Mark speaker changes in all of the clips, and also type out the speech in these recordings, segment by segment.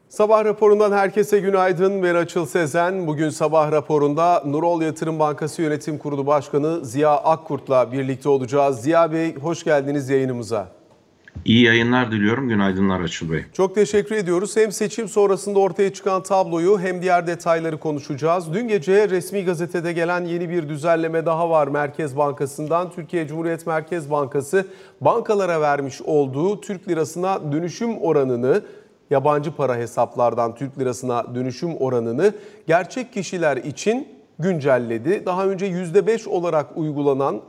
Speaker 1: Sabah raporundan herkese günaydın. Ben Açıl Sezen. Bugün sabah raporunda Nurol Yatırım Bankası Yönetim Kurulu Başkanı Ziya Akkurt'la birlikte olacağız. Ziya Bey, hoş geldiniz yayınımıza.
Speaker 2: İyi yayınlar diliyorum. Günaydınlar Açıl Bey.
Speaker 1: Çok teşekkür ediyoruz. Hem seçim sonrasında ortaya çıkan tabloyu hem diğer detayları konuşacağız. Dün gece resmi gazetede gelen yeni bir düzenleme daha var Merkez Bankası'ndan. Türkiye Cumhuriyet Merkez Bankası bankalara vermiş olduğu Türk lirasına dönüşüm oranını, yabancı para hesaplardan Türk lirasına dönüşüm oranını gerçek kişiler için güncelledi. Daha önce %5 olarak uygulanan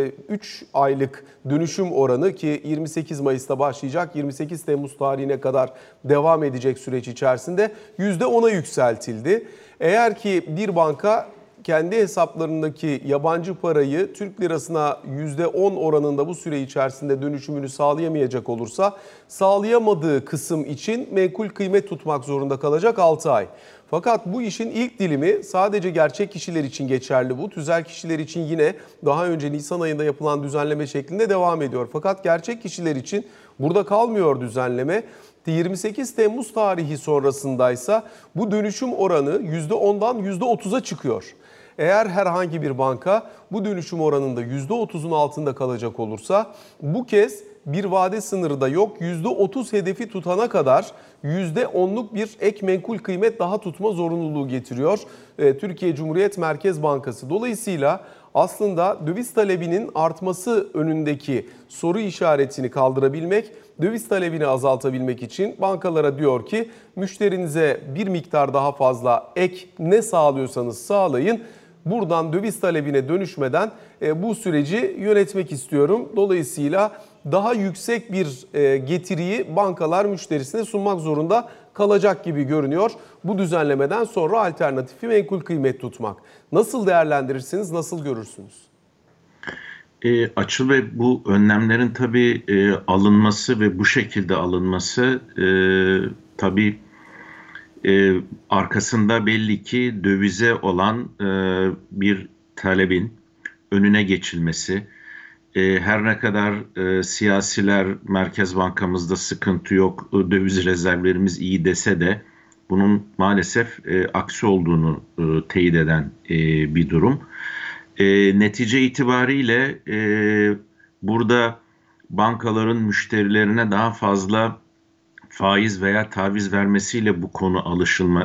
Speaker 1: 3 aylık dönüşüm oranı ki 28 Mayıs'ta başlayacak, 28 Temmuz tarihine kadar devam edecek süreç içerisinde %10'a yükseltildi. Eğer ki bir banka kendi hesaplarındaki yabancı parayı Türk lirasına %10 oranında bu süre içerisinde dönüşümünü sağlayamayacak olursa sağlayamadığı kısım için menkul kıymet tutmak zorunda kalacak 6 ay. Fakat bu işin ilk dilimi sadece gerçek kişiler için geçerli bu. Tüzel kişiler için yine daha önce Nisan ayında yapılan düzenleme şeklinde devam ediyor. Fakat gerçek kişiler için burada kalmıyor düzenleme. 28 Temmuz tarihi sonrasındaysa bu dönüşüm oranı %10'dan %30'a çıkıyor. Eğer herhangi bir banka bu dönüşüm oranında %30'un altında kalacak olursa bu kez bir vade sınırı da yok. %30 hedefi tutana kadar %10'luk bir ek menkul kıymet daha tutma zorunluluğu getiriyor Türkiye Cumhuriyet Merkez Bankası. Dolayısıyla aslında döviz talebinin artması önündeki soru işaretini kaldırabilmek, döviz talebini azaltabilmek için bankalara diyor ki müşterinize bir miktar daha fazla ek ne sağlıyorsanız sağlayın. Buradan döviz talebine dönüşmeden bu süreci yönetmek istiyorum. Dolayısıyla daha yüksek bir getiriyi bankalar müşterisine sunmak zorunda kalacak gibi görünüyor. Bu düzenlemeden sonra alternatifi menkul kıymet tutmak. Nasıl değerlendirirsiniz, nasıl görürsünüz?
Speaker 2: Açıl Bey, bu önlemlerin tabii alınması ve bu şekilde alınması tabii arkasında belli ki dövize olan bir talebin önüne geçilmesi. Her ne kadar siyasiler Merkez Bankamızda sıkıntı yok, döviz rezervlerimiz iyi dese de bunun maalesef aksi olduğunu teyit eden bir durum. Netice itibariyle burada bankaların müşterilerine daha fazla faiz veya taviz vermesiyle bu konu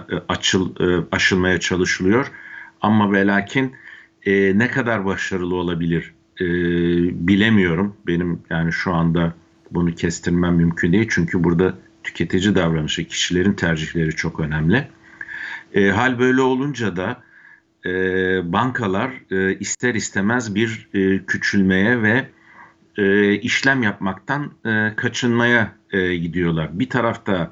Speaker 2: aşılmaya çalışılıyor. Ama ve lakin ne kadar başarılı olabilir bilemiyorum. Benim yani şu anda bunu kestirmem mümkün değil. Çünkü burada tüketici davranışı, kişilerin tercihleri çok önemli. Hal böyle olunca da bankalar ister istemez bir küçülmeye ve işlem yapmaktan kaçınmaya gidiyorlar. Bir tarafta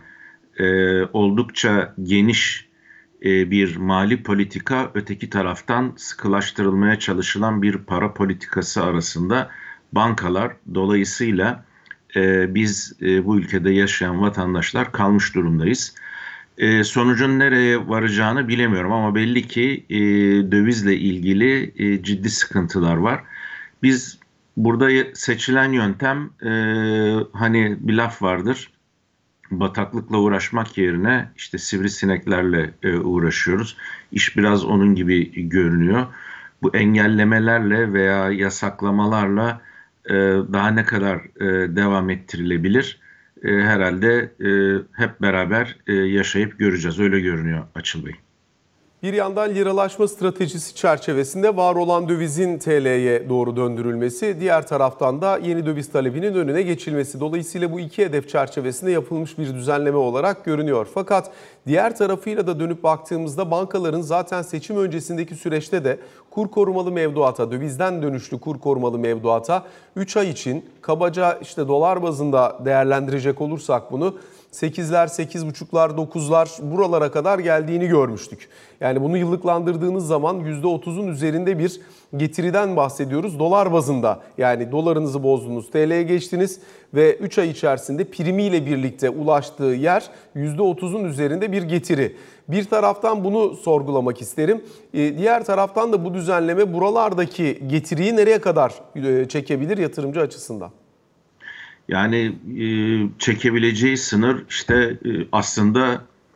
Speaker 2: oldukça geniş bir mali politika, öteki taraftan sıkılaştırılmaya çalışılan bir para politikası arasında bankalar dolayısıyla biz bu ülkede yaşayan vatandaşlar kalmış durumdayız. Sonucun nereye varacağını bilemiyorum ama belli ki dövizle ilgili ciddi sıkıntılar var. Biz burada seçilen yöntem hani bir laf vardır. Bataklıkla uğraşmak yerine işte sivrisineklerle uğraşıyoruz. İş biraz onun gibi görünüyor. Bu engellemelerle veya yasaklamalarla daha ne kadar devam ettirilebilir? Herhalde hep beraber yaşayıp göreceğiz. Öyle görünüyor Açıl Bey.
Speaker 1: Bir yandan liralaşma stratejisi çerçevesinde var olan dövizin TL'ye doğru döndürülmesi, diğer taraftan da yeni döviz talebinin önüne geçilmesi. Dolayısıyla bu iki hedef çerçevesinde yapılmış bir düzenleme olarak görünüyor. Fakat diğer tarafıyla da dönüp baktığımızda bankaların zaten seçim öncesindeki süreçte de kur korumalı mevduata, dövizden dönüşlü kur korumalı mevduata 3 ay için kabaca işte dolar bazında değerlendirecek olursak bunu 8'ler, 8,5'lar, 9'lar buralara kadar geldiğini görmüştük. Yani bunu yıllıklandırdığınız zaman %30'un üzerinde bir getiriden bahsediyoruz dolar bazında. Yani dolarınızı bozdunuz, TL'ye geçtiniz ve 3 ay içerisinde primiyle birlikte ulaştığı yer %30'un üzerinde bir getiri. Bir taraftan bunu sorgulamak isterim. Diğer taraftan da bu düzenleme buralardaki getiriyi nereye kadar çekebilir yatırımcı açısından?
Speaker 2: Yani çekebileceği sınır işte aslında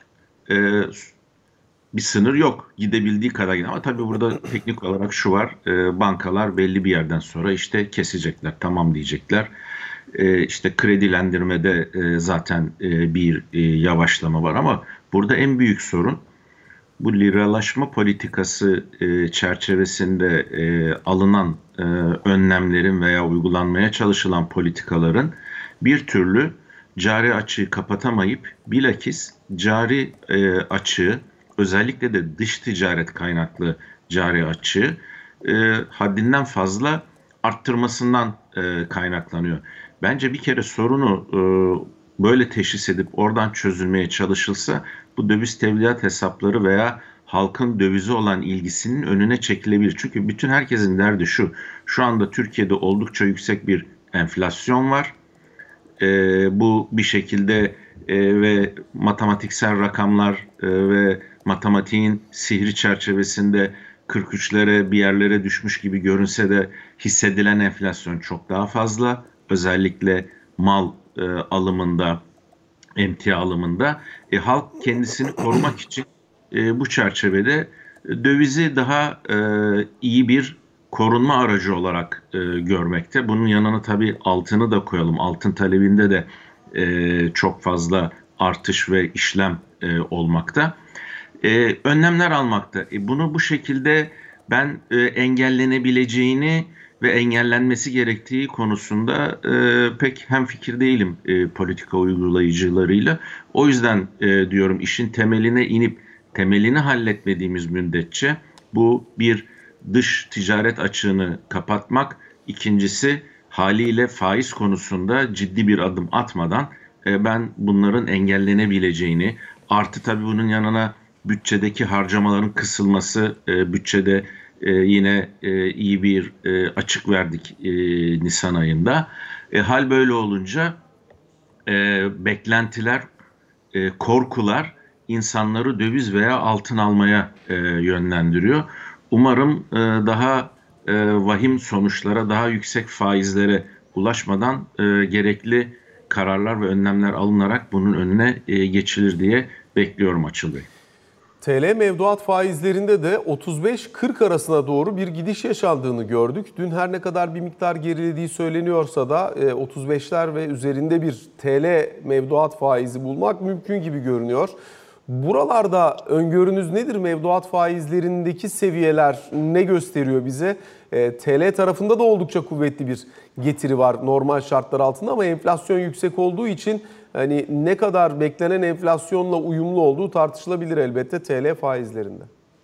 Speaker 2: bir sınır yok. Gidebildiği kadar gidiyor. Ama tabii burada teknik olarak şu var. Bankalar belli bir yerden sonra işte kesecekler, tamam diyecekler. İşte kredilendirmede zaten bir yavaşlama var ama burada en büyük sorun bu liralaşma politikası çerçevesinde alınan önlemlerin veya uygulanmaya çalışılan politikaların bir türlü cari açığı kapatamayıp bilakis cari açığı özellikle de dış ticaret kaynaklı cari açığı haddinden fazla arttırmasından kaynaklanıyor. Bence bir kere sorunu böyle teşhis edip oradan çözülmeye çalışılsa bu döviz tevdiat hesapları veya halkın dövize olan ilgisinin önüne çekilebilir. Çünkü bütün herkesin derdi şu. Şu anda Türkiye'de oldukça yüksek bir enflasyon var. Bu bir şekilde ve matematiksel rakamlar ve matematiğin sihri çerçevesinde 43'lere bir yerlere düşmüş gibi görünse de hissedilen enflasyon çok daha fazla. Özellikle mal alımında, emtia alımında. Halk kendisini korumak için bu çerçevede dövizi daha iyi bir korunma aracı olarak görmekte. Bunun yanına tabii altını da koyalım. Altın talebinde de çok fazla artış ve işlem olmakta. Önlemler almakta. Bunu bu şekilde ben engellenebileceğini ve engellenmesi gerektiği konusunda pek hemfikir değilim politika uygulayıcılarıyla. O yüzden diyorum işin temeline inip temelini halletmediğimiz müddetçe bu bir dış ticaret açığını kapatmak, ikincisi haliyle faiz konusunda ciddi bir adım atmadan ben bunların engellenebileceğini, artı tabii bunun yanına bütçedeki harcamaların kısılması, bütçede yine iyi bir açık verdik Nisan ayında. Hal böyle olunca beklentiler, korkular insanları döviz veya altın almaya yönlendiriyor. Umarım daha vahim sonuçlara, daha yüksek faizlere ulaşmadan gerekli kararlar ve önlemler alınarak bunun önüne geçilir diye bekliyorum Açıl Bey.
Speaker 1: TL mevduat faizlerinde de 35-40 arasına doğru bir gidiş yaşandığını gördük. Dün her ne kadar bir miktar gerilediği söyleniyorsa da 35'ler ve üzerinde bir TL mevduat faizi bulmak mümkün gibi görünüyor. Buralarda öngörünüz nedir? Mevduat faizlerindeki seviyeler ne gösteriyor bize? TL tarafında da oldukça kuvvetli bir getiri var normal şartlar altında ama enflasyon yüksek olduğu için hani ne kadar beklenen enflasyonla uyumlu olduğu tartışılabilir elbette TL faizlerinde.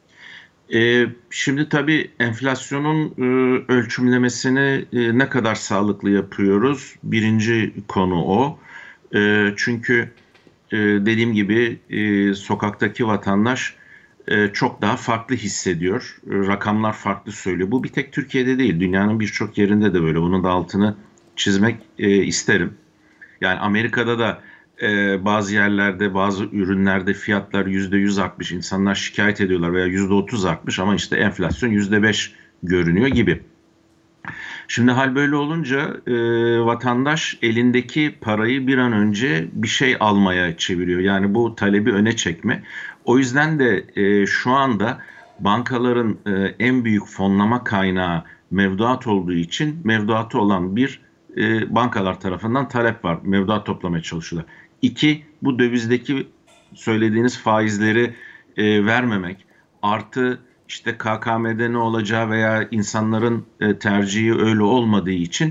Speaker 2: Şimdi tabii enflasyonun ölçümlemesini ne kadar sağlıklı yapıyoruz? Birinci konu o. Çünkü dediğim gibi sokaktaki vatandaş çok daha farklı hissediyor. Rakamlar farklı söylüyor. Bu bir tek Türkiye'de değil, dünyanın birçok yerinde de böyle. Bunun da altını çizmek isterim. Yani Amerika'da da bazı yerlerde, bazı ürünlerde fiyatlar %100 artmış. İnsanlar şikayet ediyorlar veya %30 artmış ama işte enflasyon %5 görünüyor gibi. Şimdi hal böyle olunca vatandaş elindeki parayı bir an önce bir şey almaya çeviriyor. Yani bu talebi öne çekme. O yüzden de şu anda bankaların en büyük fonlama kaynağı mevduat olduğu için mevduatı olan bir bankalar tarafından talep var. Mevduat toplamaya çalışıyorlar. İki, bu dövizdeki söylediğiniz faizleri vermemek. Artı işte KKM'de ne olacağı veya insanların tercihi öyle olmadığı için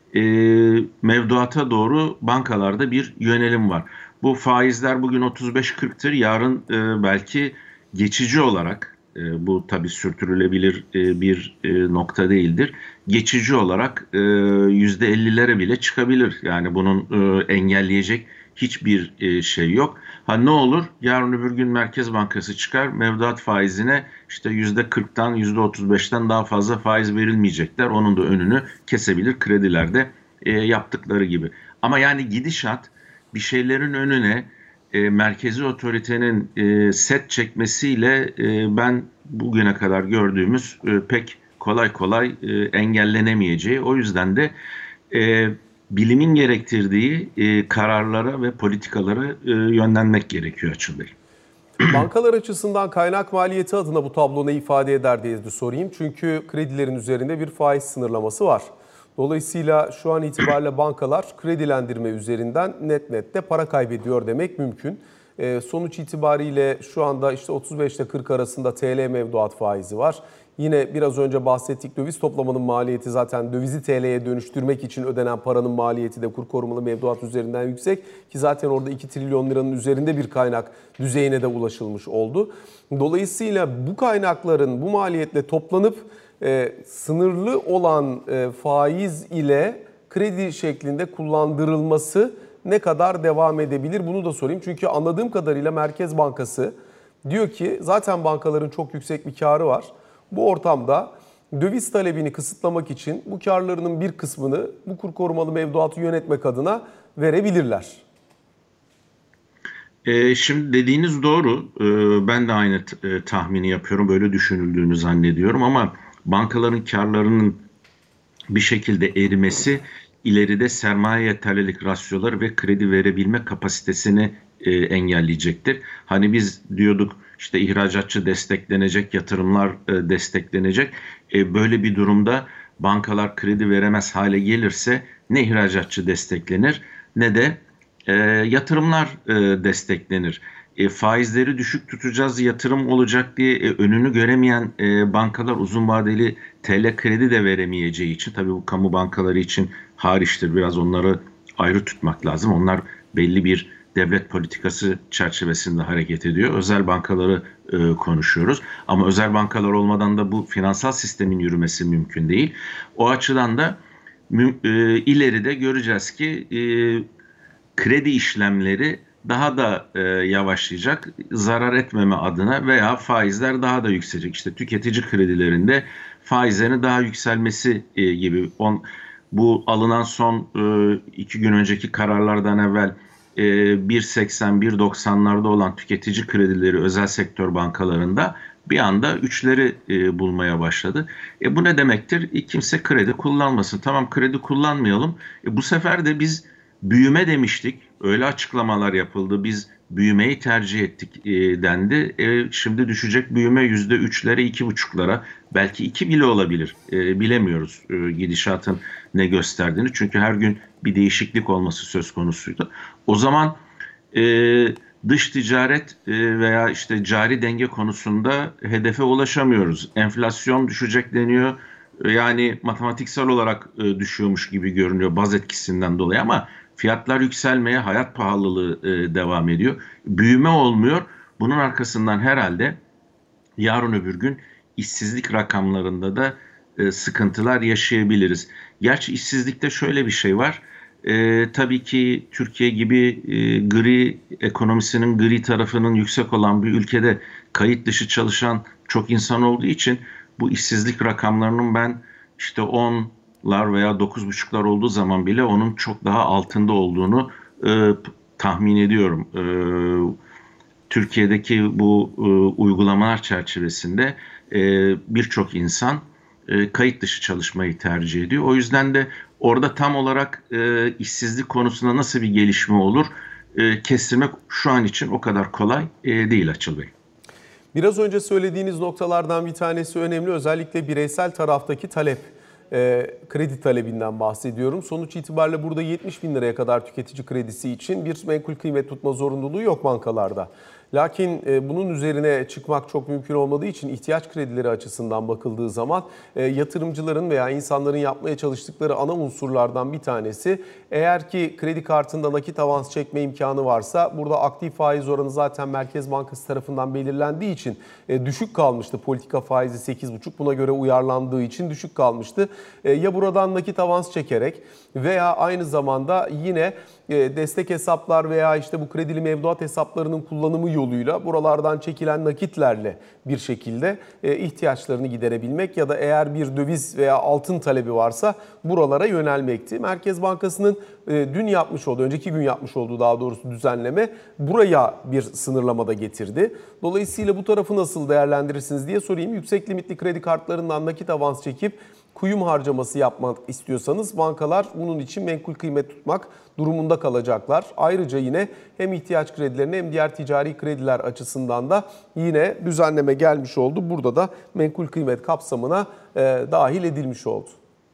Speaker 2: mevduata doğru bankalarda bir yönelim var. Bu faizler bugün 35-40'tır. Yarın belki geçici olarak bu tabii sürtürülebilir bir nokta değildir. Geçici olarak %50'lere bile çıkabilir. Yani bunun engelleyecek hiçbir şey yok. Ha ne olur? Yarın öbür gün Merkez Bankası çıkar, mevduat faizine işte %40'tan %35'ten daha fazla faiz verilmeyecekler. Onun da önünü kesebilir kredilerde yaptıkları gibi. Ama yani gidişat bir şeylerin önüne merkezi otoritenin set çekmesiyle ben bugüne kadar gördüğümüz pek kolay kolay engellenemeyeceği. O yüzden de bilimin gerektirdiği kararlara ve politikalara yönlenmek gerekiyor Açıl Bey.
Speaker 1: Bankalar açısından kaynak maliyeti adına bu tablo ne ifade eder diye de sorayım. Çünkü kredilerin üzerinde bir faiz sınırlaması var. Dolayısıyla şu an itibariyle bankalar kredilendirme üzerinden net de para kaybediyor demek mümkün. Sonuç itibariyle şu anda işte 35 ile 40 arasında TL mevduat faizi var. Yine biraz önce bahsettik, döviz toplamanın maliyeti zaten dövizi TL'ye dönüştürmek için ödenen paranın maliyeti de kur korumalı mevduat üzerinden yüksek. Ki zaten orada 2 trilyon liranın üzerinde bir kaynak düzeyine de ulaşılmış oldu. Dolayısıyla bu kaynakların bu maliyetle toplanıp sınırlı olan faiz ile kredi şeklinde kullandırılması ne kadar devam edebilir bunu da sorayım. Çünkü anladığım kadarıyla Merkez Bankası diyor ki zaten bankaların çok yüksek bir karı var. Bu ortamda döviz talebini kısıtlamak için bu karlarının bir kısmını bu kur korumalı mevduatı yönetmek adına verebilirler.
Speaker 2: Şimdi dediğiniz doğru. Ben de aynı tahmini yapıyorum. Böyle düşünüldüğünü zannediyorum ama bankaların karlarının bir şekilde erimesi ileride sermaye yeterlilik rasyoları ve kredi verebilme kapasitesini engelleyecektir. Hani biz diyorduk işte ihracatçı desteklenecek, yatırımlar desteklenecek. Böyle bir durumda bankalar kredi veremez hale gelirse ne ihracatçı desteklenir ne de yatırımlar desteklenir. Faizleri düşük tutacağız, yatırım olacak diye önünü göremeyen bankalar uzun vadeli TL kredi de veremeyeceği için, tabii bu kamu bankaları için hariçtir, biraz onları ayrı tutmak lazım. Onlar belli bir devlet politikası çerçevesinde hareket ediyor. Özel bankaları konuşuyoruz. Ama özel bankalar olmadan da bu finansal sistemin yürümesi mümkün değil. O açıdan da ileride göreceğiz ki kredi işlemleri daha da yavaşlayacak, zarar etmeme adına veya faizler daha da yükselecek. İşte tüketici kredilerinde faizlerin daha yükselmesi gibi. Bu alınan son 2 gün önceki kararlardan evvel 1.80-1.90'larda olan tüketici kredileri özel sektör bankalarında bir anda 3'leri bulmaya başladı. Bu ne demektir? Kimse kredi kullanmasın. Tamam, kredi kullanmayalım. Bu sefer de biz büyüme demiştik. Öyle açıklamalar yapıldı. Biz büyümeyi tercih ettik dendi. Şimdi düşecek büyüme %3'lere, 2,5'lara, belki 2 bile olabilir. Bilemiyoruz gidişatın ne gösterdiğini. Çünkü her gün bir değişiklik olması söz konusuydu. O zaman dış ticaret veya işte cari denge konusunda hedefe ulaşamıyoruz. Enflasyon düşecek deniyor. Yani matematiksel olarak düşüyormuş gibi görünüyor baz etkisinden dolayı ama fiyatlar yükselmeye, hayat pahalılığı devam ediyor. Büyüme olmuyor. Bunun arkasından herhalde yarın öbür gün işsizlik rakamlarında da sıkıntılar yaşayabiliriz. Gerçi işsizlikte şöyle bir şey var. Tabii ki Türkiye gibi gri ekonomisinin gri tarafının yüksek olan bir ülkede kayıt dışı çalışan çok insan olduğu için bu işsizlik rakamlarının ben işte 10'lar veya 9,5'lar olduğu zaman bile onun çok daha altında olduğunu tahmin ediyorum. Türkiye'deki bu uygulamalar çerçevesinde birçok insan kayıt dışı çalışmayı tercih ediyor. O yüzden de orada tam olarak işsizlik konusunda nasıl bir gelişme olur kestirmek şu an için o kadar kolay değil Açıl Bey.
Speaker 1: Biraz önce söylediğiniz noktalardan bir tanesi önemli. Özellikle bireysel taraftaki talep, kredi talebinden bahsediyorum. Sonuç itibariyle burada 70 bin liraya kadar tüketici kredisi için bir menkul kıymet tutma zorunluluğu yok bankalarda. Lakin bunun üzerine çıkmak çok mümkün olmadığı için ihtiyaç kredileri açısından bakıldığı zaman yatırımcıların veya insanların yapmaya çalıştıkları ana unsurlardan bir tanesi, eğer ki kredi kartında nakit avans çekme imkanı varsa, burada aktif faiz oranı zaten Merkez Bankası tarafından belirlendiği için düşük kalmıştı. Politika faizi 8,5, buna göre uyarlandığı için düşük kalmıştı. Ya buradan nakit avans çekerek veya aynı zamanda yine destek hesaplar veya işte bu kredili mevduat hesaplarının kullanımı yoluyla buralardan çekilen nakitlerle bir şekilde ihtiyaçlarını giderebilmek ya da eğer bir döviz veya altın talebi varsa buralara yönelmekti. Merkez Bankası'nın dün yapmış olduğu, önceki gün yapmış olduğu daha doğrusu düzenleme buraya bir sınırlama da getirdi. Dolayısıyla bu tarafı nasıl değerlendirirsiniz diye sorayım. Yüksek limitli kredi kartlarından nakit avans çekip kuyum harcaması yapmak istiyorsanız bankalar bunun için menkul kıymet tutmak durumunda kalacaklar. Ayrıca yine hem ihtiyaç kredilerine hem diğer ticari krediler açısından da yine düzenleme gelmiş oldu. Burada da menkul kıymet kapsamına dahil edilmiş oldu.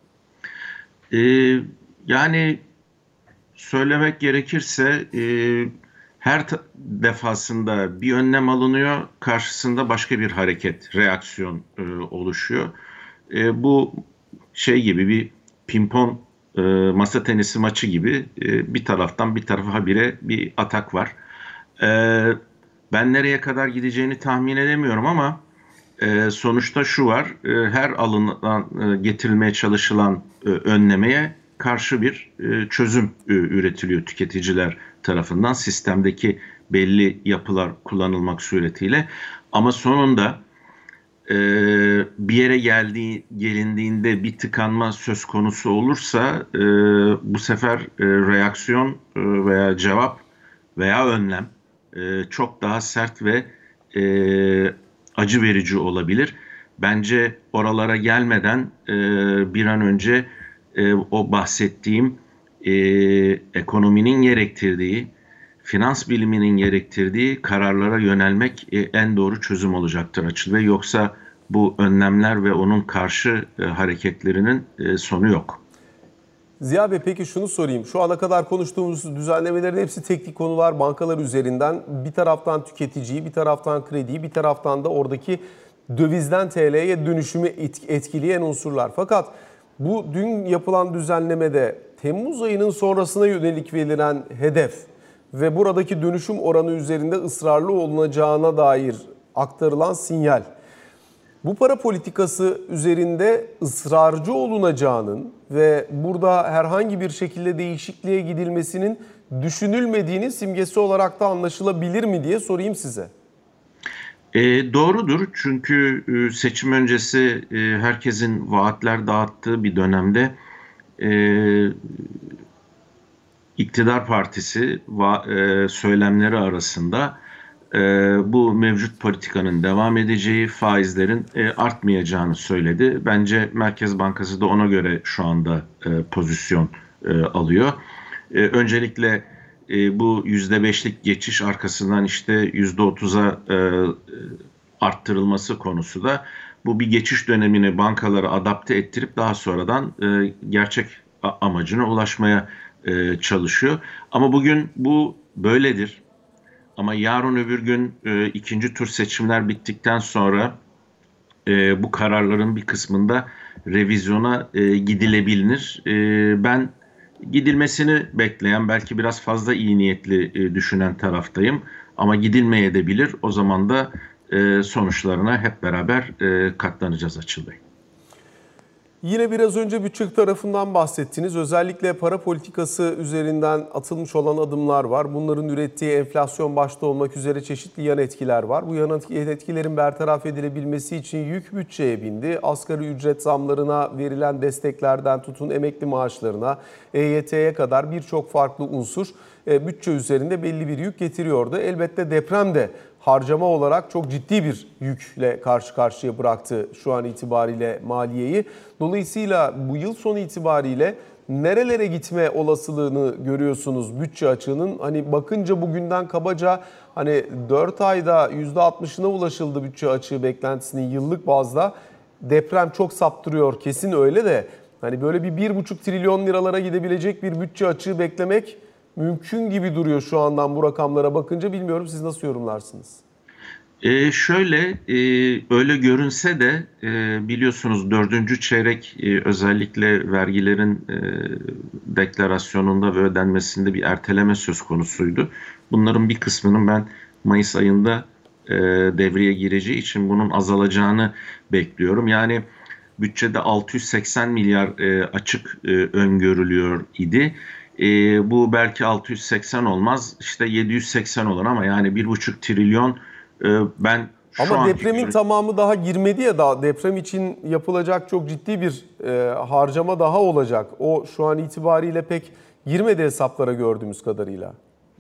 Speaker 2: Yani söylemek gerekirse her defasında bir önlem alınıyor, karşısında başka bir hareket, reaksiyon oluşuyor. Bu şey gibi bir pimpon masa tenisi maçı gibi bir taraftan bir tarafa habire bir atak var. Ben nereye kadar gideceğini tahmin edemiyorum ama sonuçta şu var, her alınan getirilmeye çalışılan önlemeye karşı bir çözüm üretiliyor tüketiciler tarafından sistemdeki belli yapılar kullanılmak suretiyle. Ama sonunda bir yere gelindiğinde bir tıkanma söz konusu olursa bu sefer reaksiyon veya cevap veya önlem çok daha sert ve acı verici olabilir. Bence oralara gelmeden bir an önce o bahsettiğim ekonominin gerektirdiği, finans biliminin gerektirdiği kararlara yönelmek en doğru çözüm olacaktır Açıl Bey. Yoksa bu önlemler ve onun karşı hareketlerinin sonu yok.
Speaker 1: Ziya Bey, peki şunu sorayım. Şu ana kadar konuştuğumuz düzenlemelerin hepsi teknik konular, bankalar üzerinden. Bir taraftan tüketiciyi, bir taraftan krediyi, bir taraftan da oradaki dövizden TL'ye dönüşümü etkileyen unsurlar. Fakat bu dün yapılan düzenlemede Temmuz ayının sonrasına yönelik verilen hedef ve buradaki dönüşüm oranı üzerinde ısrarlı olunacağına dair aktarılan sinyal, bu para politikası üzerinde ısrarcı olunacağının ve burada herhangi bir şekilde değişikliğe gidilmesinin düşünülmediğinin simgesi olarak da anlaşılabilir mi diye sorayım size.
Speaker 2: Doğrudur, çünkü seçim öncesi herkesin vaatler dağıttığı bir dönemde iktidar partisi söylemleri arasında bu mevcut politikanın devam edeceği, faizlerin artmayacağını söyledi. Bence Merkez Bankası da ona göre şu anda pozisyon alıyor. Öncelikle bu %5'lik geçiş arkasından işte %30'a arttırılması konusu da bu bir geçiş dönemini bankalara adapte ettirip daha sonradan gerçek amacına ulaşmaya çalışıyor. Ama bugün bu böyledir. Ama yarın öbür gün ikinci tur seçimler bittikten sonra bu kararların bir kısmında revizyona gidilebilir. Ben gidilmesini bekleyen, belki biraz fazla iyi niyetli düşünen taraftayım. Ama gidilmeyebilir. O zaman da sonuçlarına hep beraber katlanacağız Açıl Bey.
Speaker 1: Yine biraz önce bütçe tarafından bahsettiniz. Özellikle para politikası üzerinden atılmış olan adımlar var. Bunların ürettiği enflasyon başta olmak üzere çeşitli yan etkiler var. Bu yan etkilerin bertaraf edilebilmesi için yük bütçeye bindi. Asgari ücret zamlarına verilen desteklerden tutun emekli maaşlarına, EYT'ye kadar birçok farklı unsur bütçe üzerinde belli bir yük getiriyordu. Elbette deprem de harcama olarak çok ciddi bir yükle karşı karşıya bıraktı şu an itibariyle maliyeyi. Dolayısıyla bu yıl sonu itibariyle nerelere gitme olasılığını görüyorsunuz bütçe açığının? Hani bakınca bugünden kabaca hani 4 ayda %60'ına ulaşıldı bütçe açığı beklentisinin yıllık bazda. Deprem çok saptırıyor, kesin öyle de hani böyle bir 1,5 trilyon liralara gidebilecek bir bütçe açığı beklemek mümkün gibi duruyor şu andan bu rakamlara bakınca. Bilmiyorum, siz nasıl yorumlarsınız?
Speaker 2: Öyle görünse de biliyorsunuz dördüncü çeyrek özellikle vergilerin deklarasyonunda ve ödenmesinde bir erteleme söz konusuydu. Bunların bir kısmının ben Mayıs ayında devreye gireceği için bunun azalacağını bekliyorum. Yani bütçede 680 milyar açık öngörülüyor idi. Bu belki 680 olmaz, işte 780 olur ama yani 1,5 trilyon ben şu
Speaker 1: ama depremin tamamı daha girmedi ya, daha deprem için yapılacak çok ciddi bir harcama daha olacak. O şu an itibariyle pek girmedi hesaplara gördüğümüz kadarıyla.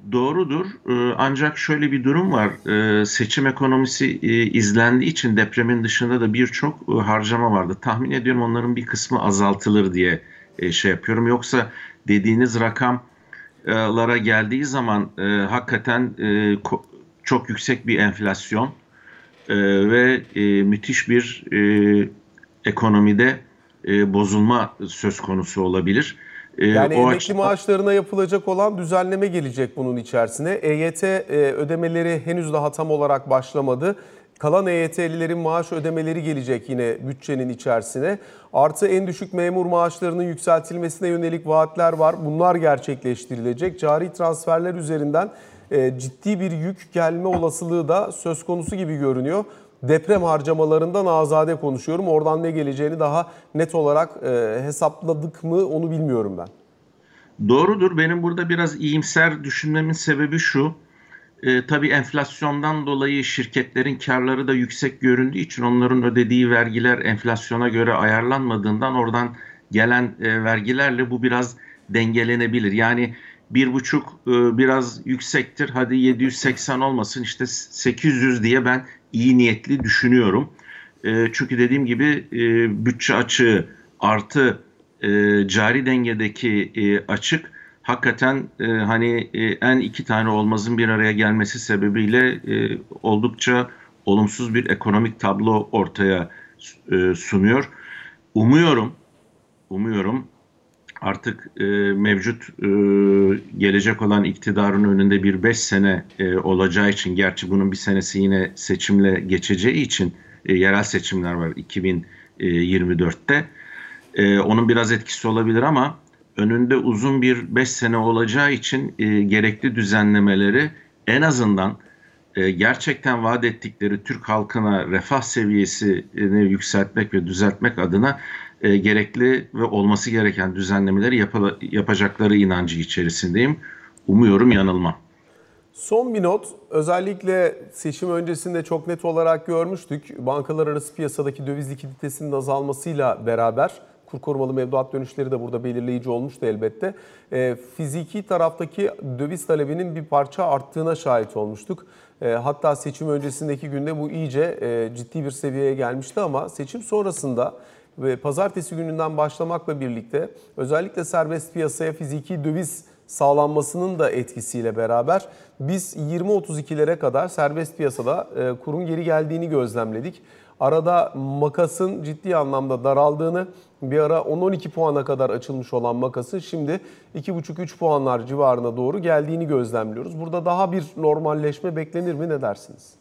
Speaker 2: Doğrudur. Ancak şöyle bir durum var. Seçim ekonomisi izlendiği için depremin dışında da birçok harcama vardı. Tahmin ediyorum onların bir kısmı azaltılır diye şey yapıyorum. Yoksa dediğiniz rakamlara geldiği zaman hakikaten çok yüksek bir enflasyon ve müthiş bir ekonomide bozulma söz konusu olabilir.
Speaker 1: Yani
Speaker 2: O
Speaker 1: emekli
Speaker 2: açıdan
Speaker 1: maaşlarına yapılacak olan düzenleme gelecek bunun içerisine. EYT ödemeleri henüz daha tam olarak başlamadı. Kalan EYT'lilerin maaş ödemeleri gelecek yine bütçenin içerisine. Artı en düşük memur maaşlarının yükseltilmesine yönelik vaatler var. Bunlar gerçekleştirilecek. Cari transferler üzerinden ciddi bir yük gelme olasılığı da söz konusu gibi görünüyor. Deprem harcamalarından azade konuşuyorum. Oradan ne geleceğini daha net olarak hesapladık mı onu bilmiyorum ben.
Speaker 2: doğrudur. Benim burada biraz iyimser düşünmemin sebebi şu. Tabii enflasyondan dolayı şirketlerin karları da yüksek göründüğü için onların ödediği vergiler enflasyona göre ayarlanmadığından oradan gelen vergilerle bu biraz dengelenebilir. Yani 1,5 biraz yüksektir. Hadi 780 olmasın işte 800 diye ben iyi niyetli düşünüyorum. Çünkü dediğim gibi bütçe açığı artı cari dengedeki açık hakikaten hani en iki tane olmazın bir araya gelmesi sebebiyle oldukça olumsuz bir ekonomik tablo ortaya sunuyor. Umuyorum artık mevcut gelecek olan iktidarın önünde bir 5 sene olacağı için, gerçi bunun bir senesi yine seçimle geçeceği için yerel seçimler var 2024'te. Onun biraz etkisi olabilir ama önünde uzun bir 5 sene olacağı için gerekli düzenlemeleri en azından gerçekten vaat ettikleri Türk halkına refah seviyesini yükseltmek ve düzeltmek adına gerekli ve olması gereken düzenlemeleri yapacakları inancı içerisindeyim. Umuyorum yanılmam.
Speaker 1: Son bir not, özellikle seçim öncesinde çok net olarak görmüştük. Bankalar arası piyasadaki döviz likiditesinin azalmasıyla beraber kur korumalı mevduat dönüşleri de burada belirleyici olmuştu elbette. Fiziki taraftaki döviz talebinin bir parça arttığına şahit olmuştuk. Hatta seçim öncesindeki günde bu iyice ciddi bir seviyeye gelmişti ama seçim sonrasında ve pazartesi gününden başlamakla birlikte özellikle serbest piyasaya fiziki döviz sağlanmasının da etkisiyle beraber biz 20.32'lere kadar serbest piyasada kurun geri geldiğini gözlemledik. Arada makasın ciddi anlamda daraldığını, bir ara 10-12 puana kadar açılmış olan makasın şimdi 2,5-3 puanlar civarına doğru geldiğini gözlemliyoruz. Burada daha bir normalleşme beklenir mi, ne dersiniz?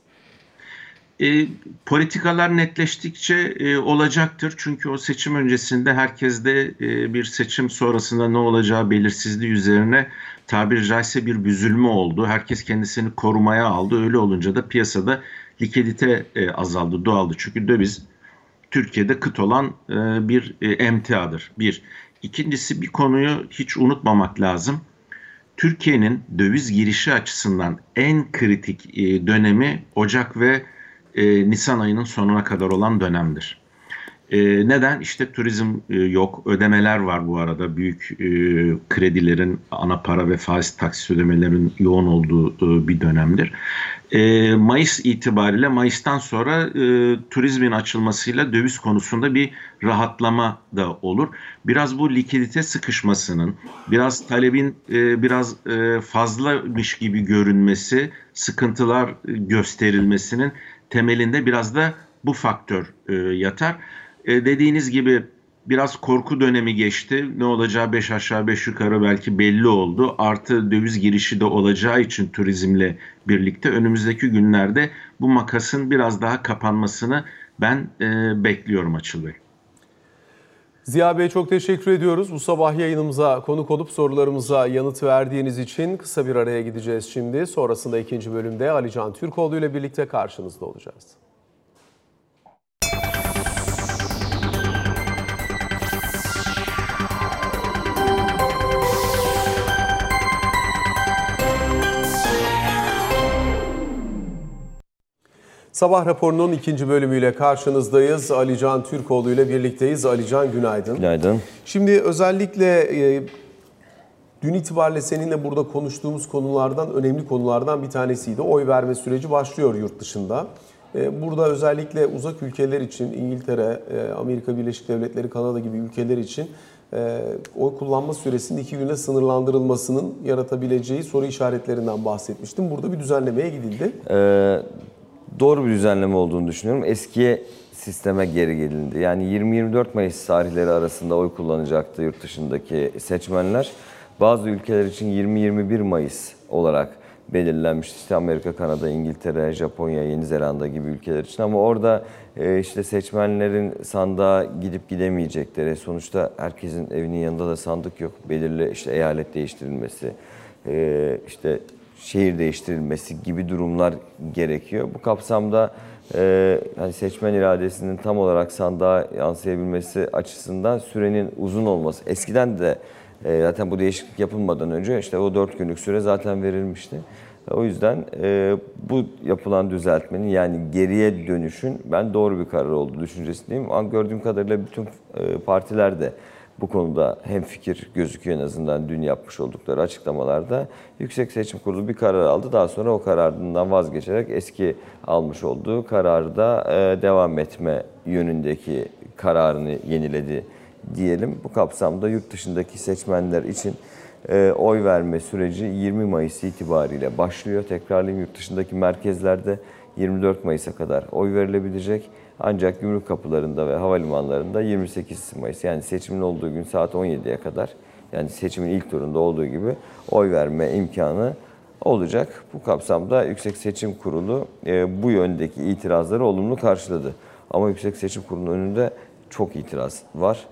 Speaker 2: Politikalar netleştikçe olacaktır. Çünkü o seçim öncesinde herkeste bir seçim sonrasında ne olacağı belirsizliği üzerine tabiri caizse bir büzülme oldu. Herkes kendisini korumaya aldı. Öyle olunca da piyasada likidite azaldı, doğaldı. Çünkü döviz Türkiye'de kıt olan bir emtiadır. Bir. İkincisi, bir konuyu hiç unutmamak lazım. Türkiye'nin döviz girişi açısından en kritik dönemi Ocak ve Nisan ayının sonuna kadar olan dönemdir. Neden? İşte turizm yok, ödemeler var bu arada. Büyük kredilerin, ana para ve faiz taksit ödemelerin yoğun olduğu bir dönemdir. Mayıs itibariyle, Mayıs'tan sonra turizmin açılmasıyla döviz konusunda bir rahatlama da olur. Biraz bu likidite sıkışmasının, biraz talebin biraz fazlamış gibi görünmesi, sıkıntılar gösterilmesinin temelinde biraz da bu faktör yatar. Dediğiniz gibi biraz korku dönemi geçti. Ne olacağı 5 aşağı 5 yukarı belki belli oldu. Artı döviz girişi de olacağı için turizmle birlikte önümüzdeki günlerde bu makasın biraz daha kapanmasını ben bekliyorum Açıl Bey.
Speaker 1: Ziya Bey, çok teşekkür ediyoruz. Bu sabah yayınımıza konuk olup sorularımıza yanıt verdiğiniz için kısa bir araya gideceğiz şimdi. Sonrasında ikinci bölümde Alican Türkoğlu ile birlikte karşınızda olacağız. Sabah raporunun ikinci bölümüyle karşınızdayız. Alican Türkoğlu ile birlikteyiz. Alican, günaydın.
Speaker 3: Günaydın.
Speaker 1: Şimdi özellikle Dün itibariyle seninle burada konuştuğumuz konulardan, önemli konulardan bir tanesiydi. Oy verme süreci başlıyor yurt dışında. Burada özellikle uzak ülkeler için, İngiltere, Amerika Birleşik Devletleri, Kanada gibi ülkeler için oy kullanma süresinin 2 güne sınırlandırılmasının yaratabileceği soru işaretlerinden bahsetmiştim. Burada bir düzenlemeye gidildi.
Speaker 3: Doğru bir düzenleme olduğunu düşünüyorum. Eski sisteme geri gelindi. Yani 20-24 Mayıs tarihleri arasında oy kullanacaktı yurt dışındaki seçmenler. Bazı ülkeler için 20-21 Mayıs olarak belirlenmişti. İşte Amerika, Kanada, İngiltere, Japonya, Yeni Zelanda gibi ülkeler için. Ama orada işte seçmenlerin sandığa gidip gidemeyecekleri, sonuçta herkesin evinin yanında da sandık yok. Belirli işte eyalet değiştirilmesi, işte şehir değiştirilmesi gibi durumlar gerekiyor. Bu kapsamda hani seçmen iradesinin tam olarak sandığa yansıyabilmesi açısından sürenin uzun olması. Eskiden de zaten bu değişiklik yapılmadan önce işte o 4 günlük süre zaten verilmişti. O yüzden bu yapılan düzeltmenin, yani geriye dönüşün ben doğru bir karar olduğu düşüncesindeyim. Ama gördüğüm kadarıyla bütün partiler de bu konuda hemfikir gözüküyor, en azından dün yapmış oldukları açıklamalarda. Yüksek Seçim Kurulu bir karar aldı. Daha sonra o kararından vazgeçerek eski almış olduğu kararda devam etme yönündeki kararını yeniledi diyelim. Bu kapsamda yurt dışındaki seçmenler için oy verme süreci 20 Mayıs itibariyle başlıyor. Tekrarlayayım, yurt dışındaki merkezlerde 24 Mayıs'a kadar oy verilebilecek. Ancak gümrük kapılarında ve havalimanlarında 28 Mayıs, yani seçimin olduğu gün saat 17'ye kadar, yani seçimin ilk turunda olduğu gibi oy verme imkanı olacak. Bu kapsamda Yüksek Seçim Kurulu bu yöndeki itirazları olumlu karşıladı. Ama Yüksek Seçim Kurulu'nun önünde çok itiraz var.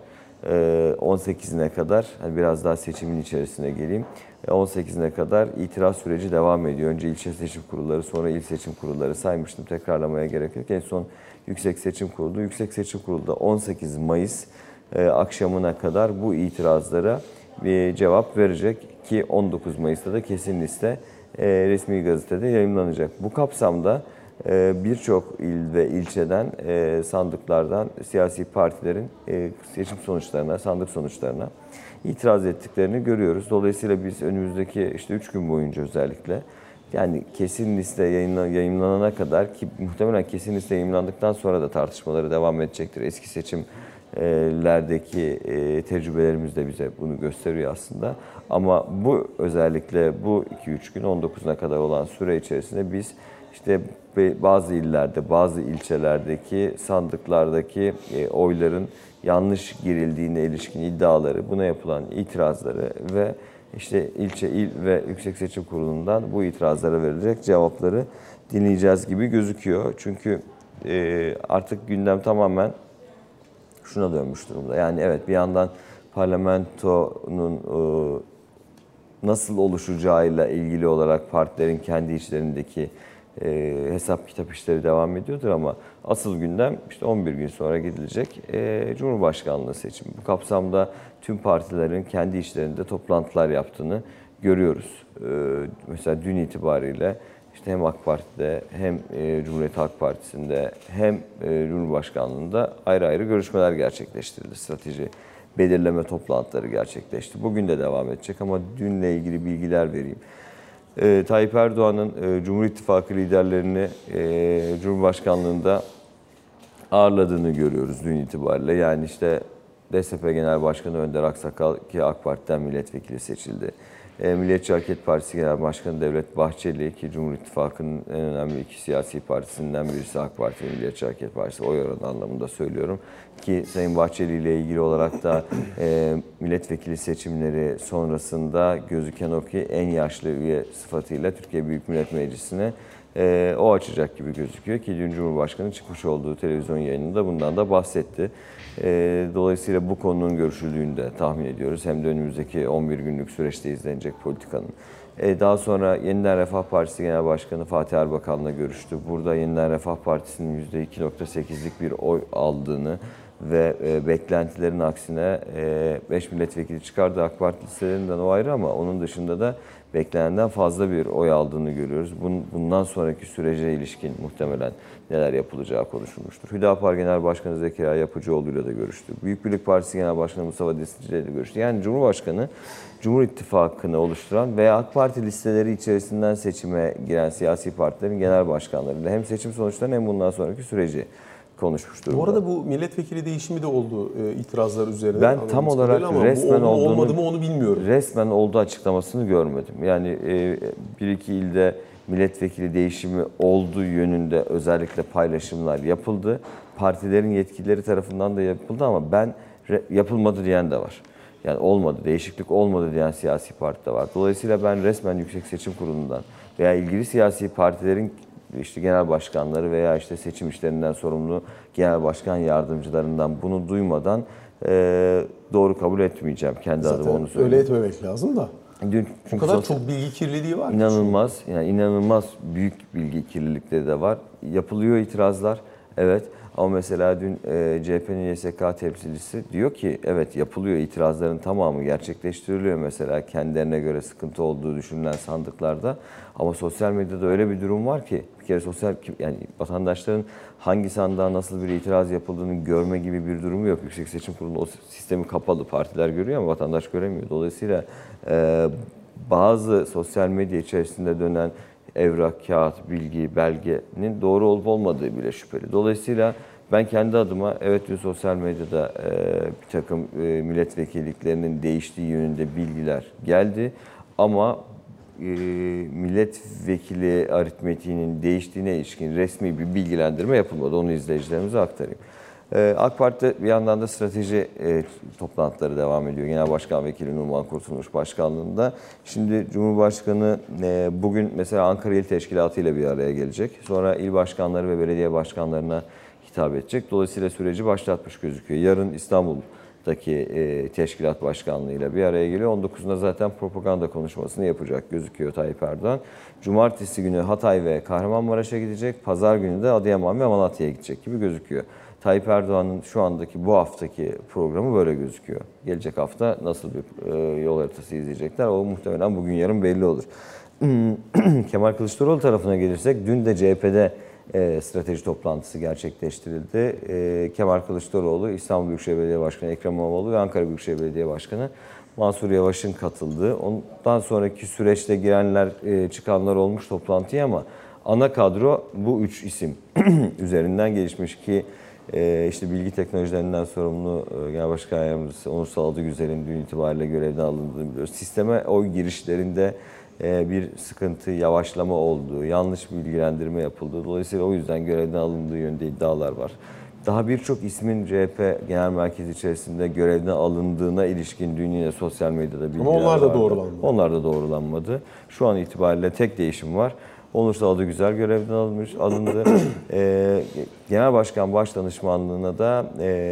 Speaker 3: 18'ine kadar, hani biraz daha seçimin içerisine geleyim. 18'ine kadar itiraz süreci devam ediyor. Önce ilçe seçim kurulları, sonra il seçim kurulları saymıştım. Tekrarlamaya gerek yok. En son Yüksek Seçim Kurulu. Yüksek Seçim Kurulu da 18 Mayıs akşamına kadar bu itirazlara bir cevap verecek ki 19 Mayıs'ta da kesin liste resmi gazetede yayımlanacak. Bu kapsamda birçok il ve ilçeden, sandıklardan siyasi partilerin seçim sonuçlarına, sandık sonuçlarına itiraz ettiklerini görüyoruz. Dolayısıyla biz önümüzdeki işte 3 gün boyunca özellikle, yani kesin liste yayımlanana kadar, ki muhtemelen kesin liste yayımlandıktan sonra da tartışmaları devam edecektir. Eski seçimlerdeki tecrübelerimiz de bize bunu gösteriyor aslında. Ama bu özellikle bu 2-3 gün 19'una kadar olan süre içerisinde biz işte bazı illerde, bazı ilçelerdeki sandıklardaki oyların yanlış girildiğine ilişkin iddiaları, buna yapılan itirazları ve işte ilçe, il ve Yüksek Seçim Kurulu'ndan bu itirazlara verilecek cevapları dinleyeceğiz gibi gözüküyor. Çünkü artık gündem tamamen şuna dönmüş durumda. Yani evet, bir yandan parlamentonun nasıl oluşacağıyla ilgili olarak partilerin kendi içlerindeki hesap kitap işleri devam ediyordur ama asıl gündem işte 11 gün sonra gidilecek Cumhurbaşkanlığı seçimi. Bu kapsamda tüm partilerin kendi içlerinde toplantılar yaptığını görüyoruz. Mesela dün itibariyle işte hem AK Parti'de hem Cumhuriyet Halk Partisi'nde hem Cumhurbaşkanlığında ayrı ayrı görüşmeler gerçekleştirildi. Strateji belirleme toplantıları gerçekleşti. Bugün de devam edecek ama dünle ilgili bilgiler vereyim. Tayyip Erdoğan'ın Cumhur İttifakı liderlerini Cumhurbaşkanlığında ağırladığını görüyoruz dün itibariyle. Yani işte DSP Genel Başkanı Önder Aksakal, ki AK Parti'den milletvekili seçildi. Milliyetçi Hareket Partisi Genel Başkanı Devlet Bahçeli, ki Cumhur İttifakı'nın en önemli iki siyasi partisinden birisi AK Parti ve Milliyetçi Hareket Partisi, oy oranı anlamında söylüyorum. Ki Sayın Bahçeli ile ilgili olarak da milletvekili seçimleri sonrasında gözüken o ki en yaşlı üye sıfatıyla Türkiye Büyük Millet Meclisi'ne o açacak gibi gözüküyor ki dün Cumhurbaşkanı çıkmış olduğu televizyon yayınında bundan da bahsetti. Dolayısıyla bu konunun görüşüldüğünü de tahmin ediyoruz. Hem de önümüzdeki 11 günlük süreçte izlenecek politikanın. Daha sonra Yeniden Refah Partisi Genel Başkanı Fatih Erbakan'la görüştü. Burada Yeniden Refah Partisi'nin %2.8'lik bir oy aldığını ve beklentilerin aksine 5 milletvekili çıkardı AK Parti listelerinden, o ayrı, ama onun dışında da beklenenden fazla bir oy aldığını görüyoruz. Bundan sonraki sürece ilişkin muhtemelen neler yapılacağı konuşulmuştur. Hüdapar Genel Başkanı Zekeriya Yapıcıoğlu ile de görüştü. Büyük Birlik Partisi Genel Başkanı Mustafa Destici ile de görüştü. Yani Cumhurbaşkanı, Cumhur İttifakı'nı oluşturan veya AK Parti listeleri içerisinden seçime giren siyasi partilerin genel başkanlarıyla hem seçim sonuçlarını hem bundan sonraki süreci konuşmuştur.
Speaker 1: Bu arada bu milletvekili değişimi de oldu itirazlar üzerine.
Speaker 3: Ben tam olarak resmen olduğunu,
Speaker 1: olmadı mı onu bilmiyorum.
Speaker 3: Resmen olduğu açıklamasını görmedim. Yani bir iki ilde milletvekili değişimi olduğu yönünde özellikle paylaşımlar yapıldı. Partilerin yetkilileri tarafından da yapıldı ama yapılmadı diyen de var. Yani olmadı, değişiklik olmadı diyen siyasi parti de var. Dolayısıyla ben resmen Yüksek Seçim Kurulu'ndan veya ilgili siyasi partilerin işte genel başkanları veya işte seçim işlerinden sorumlu genel başkan yardımcılarından bunu duymadan doğru kabul etmeyeceğim. Kendi adıma onu söyleyeyim.
Speaker 1: Öyle etmemek lazım da.
Speaker 3: O
Speaker 1: kadar çok bilgi kirliliği var.
Speaker 3: İnanılmaz, yani inanılmaz büyük bilgi kirlilikleri de var. Yapılıyor itirazlar, evet. Ama mesela dün CHP'nin YSK temsilcisi diyor ki evet yapılıyor, itirazların tamamı gerçekleştiriliyor mesela kendilerine göre sıkıntı olduğu düşünülen sandıklarda. Ama sosyal medyada öyle bir durum var ki bir kere yani vatandaşların hangi sandığa nasıl bir itiraz yapıldığını görme gibi bir durumu yok. Yüksek Seçim Kurulu o sistemi kapalı, partiler görüyor ama vatandaş göremiyor. Dolayısıyla bazı sosyal medya içerisinde dönen evrak, kağıt, bilgi, belgenin doğru olup olmadığı bile şüpheli. Dolayısıyla ben kendi adıma evet dün sosyal medyada bir takım milletvekilliklerinin değiştiği yönünde bilgiler geldi ama milletvekili aritmetiğinin değiştiğine ilişkin resmi bir bilgilendirme yapılmadı. Onu izleyicilerimize aktarayım. AK Parti bir yandan da strateji toplantıları devam ediyor. Genel Başkan Vekili Numan Kurtulmuş başkanlığında. Şimdi Cumhurbaşkanı bugün mesela Ankara İl Teşkilatı ile bir araya gelecek. Sonra il başkanları ve belediye başkanlarına hitap edecek. Dolayısıyla süreci başlatmış gözüküyor. Yarın İstanbul'daki teşkilat başkanlığıyla bir araya geliyor. 19'unda zaten propaganda konuşmasını yapacak gözüküyor Tayyip Erdoğan. Cumartesi günü Hatay ve Kahramanmaraş'a gidecek. Pazar günü de Adıyaman ve Malatya'ya gidecek gibi gözüküyor. Tayyip Erdoğan'ın şu andaki bu haftaki programı böyle gözüküyor. Gelecek hafta nasıl bir yol haritası izleyecekler o muhtemelen bugün yarın belli olur. Kemal Kılıçdaroğlu tarafına gelirsek dün de CHP'de strateji toplantısı gerçekleştirildi. Kemal Kılıçdaroğlu, İstanbul Büyükşehir Belediye Başkanı Ekrem İmamoğlu ve Ankara Büyükşehir Belediye Başkanı Mansur Yavaş'ın katıldığı. Ondan sonraki süreçte girenler, çıkanlar olmuş toplantıya ama ana kadro bu üç isim üzerinden gelişmiş ki işte bilgi teknolojilerinden sorumlu Genel Başkan Yardımcısı Onur Salıcıgüzel'in dün itibariyle görevden alındığını biliyoruz. Sisteme oy girişlerinde bir sıkıntı, yavaşlama olduğu, yanlış bilgilendirme yapıldığı, dolayısıyla o yüzden görevden alındığı yönünde iddialar var. Daha birçok ismin CHP Genel Merkezi içerisinde görevden alındığına ilişkin dün yine sosyal medyada bilgiler vardı.
Speaker 1: Ama onlar da doğrulanmadı.
Speaker 3: Onlar da doğrulanmadı. Şu an itibariyle tek değişim var. Onur Salıcıgüzel görevden alındı. Genel Başkan Başdanışmanlığına da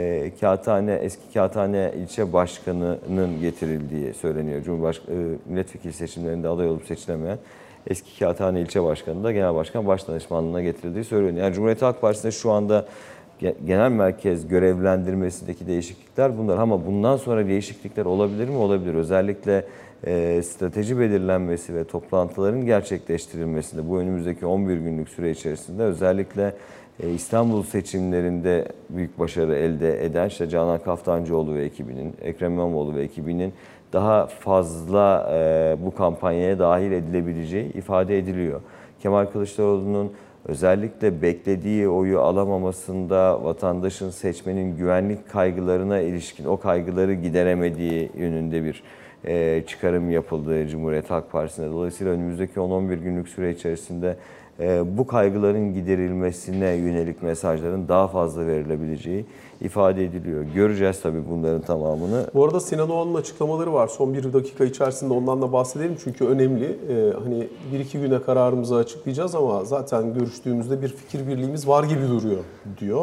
Speaker 3: eski Kağıthane ilçe başkanının getirildiği söyleniyor. Milletvekili seçimlerinde aday olup seçilemeyen eski Kağıthane ilçe başkanı da Genel Başkan Başdanışmanlığına getirildiği söyleniyor. Yani Cumhuriyet Halk Partisi'nde şu anda genel merkez görevlendirmesindeki değişiklikler bunlar. Ama bundan sonra değişiklikler olabilir mi? Olabilir. Özellikle strateji belirlenmesi ve toplantıların gerçekleştirilmesinde bu önümüzdeki 11 günlük süre içerisinde özellikle İstanbul seçimlerinde büyük başarı elde eden işte Canan Kaftancıoğlu ve ekibinin, Ekrem İmamoğlu ve ekibinin daha fazla bu kampanyaya dahil edilebileceği ifade ediliyor. Kemal Kılıçdaroğlu'nun özellikle beklediği oyu alamamasında vatandaşın, seçmenin güvenlik kaygılarına ilişkin o kaygıları gideremediği yönünde bir çıkarım yapıldı Cumhuriyet Halk Partisi'ne. Dolayısıyla önümüzdeki 10-11 günlük süre içerisinde bu kaygıların giderilmesine yönelik mesajların daha fazla verilebileceği ifade ediliyor. Göreceğiz tabii bunların tamamını.
Speaker 1: Bu arada Sinan Oğan'ın açıklamaları var. Son bir dakika içerisinde ondan da bahsedelim çünkü önemli. Hani 1-2 güne kararımızı açıklayacağız ama zaten görüştüğümüzde bir fikir birliğimiz var gibi duruyor diyor.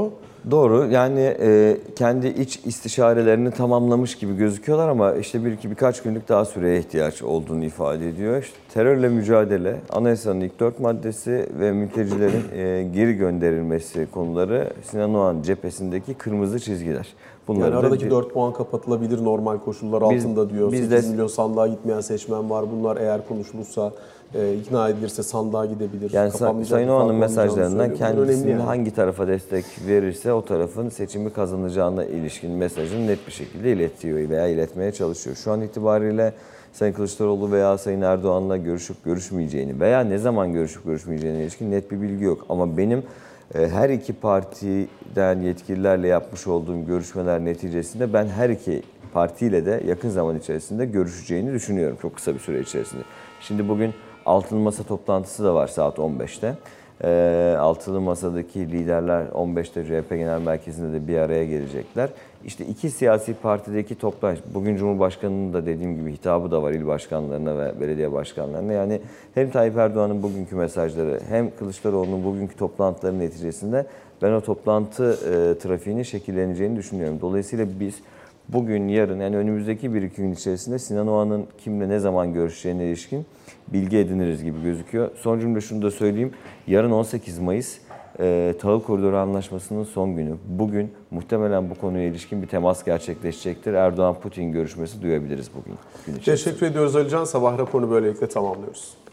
Speaker 3: Doğru. Yani kendi iç istişarelerini tamamlamış gibi gözüküyorlar ama işte birkaç günlük daha süreye ihtiyaç olduğunu ifade ediyor. İşte terörle mücadele, anayasanın ilk 4 maddesi ve mültecilerin geri gönderilmesi konuları Sinan Oğan cephesindeki kırmızı çizgiler. Bunları
Speaker 1: Yani aradaki 4 puan kapatılabilir normal koşullar altında diyor.
Speaker 3: biz
Speaker 1: 8
Speaker 3: de-
Speaker 1: milyon sandığa gitmeyen seçmen var. Bunlar eğer konuşulursa, ikna edilirse sandığa gidebilir.
Speaker 3: Yani
Speaker 1: Kapanmayacak
Speaker 3: Sayın
Speaker 1: bir fark
Speaker 3: Oğan'ın
Speaker 1: olmayacağını
Speaker 3: mesajlarından
Speaker 1: söylüyor. Bunlar
Speaker 3: kendisinin
Speaker 1: önemli yani.
Speaker 3: hangi tarafa destek verirse o tarafın seçimi kazanacağına ilişkin mesajını net bir şekilde iletiyor veya iletmeye çalışıyor. Şu an itibariyle Sayın Kılıçdaroğlu veya Sayın Erdoğan'la görüşüp görüşmeyeceğini veya ne zaman görüşüp görüşmeyeceğine ilişkin net bir bilgi yok. Ama benim her iki partiden yetkililerle yapmış olduğum görüşmeler neticesinde ben her iki partiyle de yakın zaman içerisinde görüşeceğini düşünüyorum çok kısa bir süre içerisinde. Şimdi bugün Altılı Masa toplantısı da var saat 15'te. Altılı Masa'daki liderler 15'te CHP Genel Merkezi'nde de bir araya gelecekler. İşte iki siyasi partideki toplantı, bugün Cumhurbaşkanı'nın da dediğim gibi hitabı da var il başkanlarına ve belediye başkanlarına. Yani hem Tayyip Erdoğan'ın bugünkü mesajları hem Kılıçdaroğlu'nun bugünkü toplantıları neticesinde ben o toplantı trafiğinin şekilleneceğini düşünüyorum. Dolayısıyla biz bugün, yarın yani önümüzdeki 1-2 gün içerisinde Sinan Oğan'ın kimle ne zaman görüşeceğine ilişkin bilgi ediniriz gibi gözüküyor. Son cümle şunu da söyleyeyim. Yarın 18 Mayıs Tahıl Koridoru Anlaşması'nın son günü. Bugün muhtemelen bu konuya ilişkin bir temas gerçekleşecektir. Erdoğan-Putin görüşmesi duyabiliriz bugün. Gün içerisinde.
Speaker 1: Teşekkür ediyoruz Alican. Sabah raporunu böylelikle tamamlıyoruz.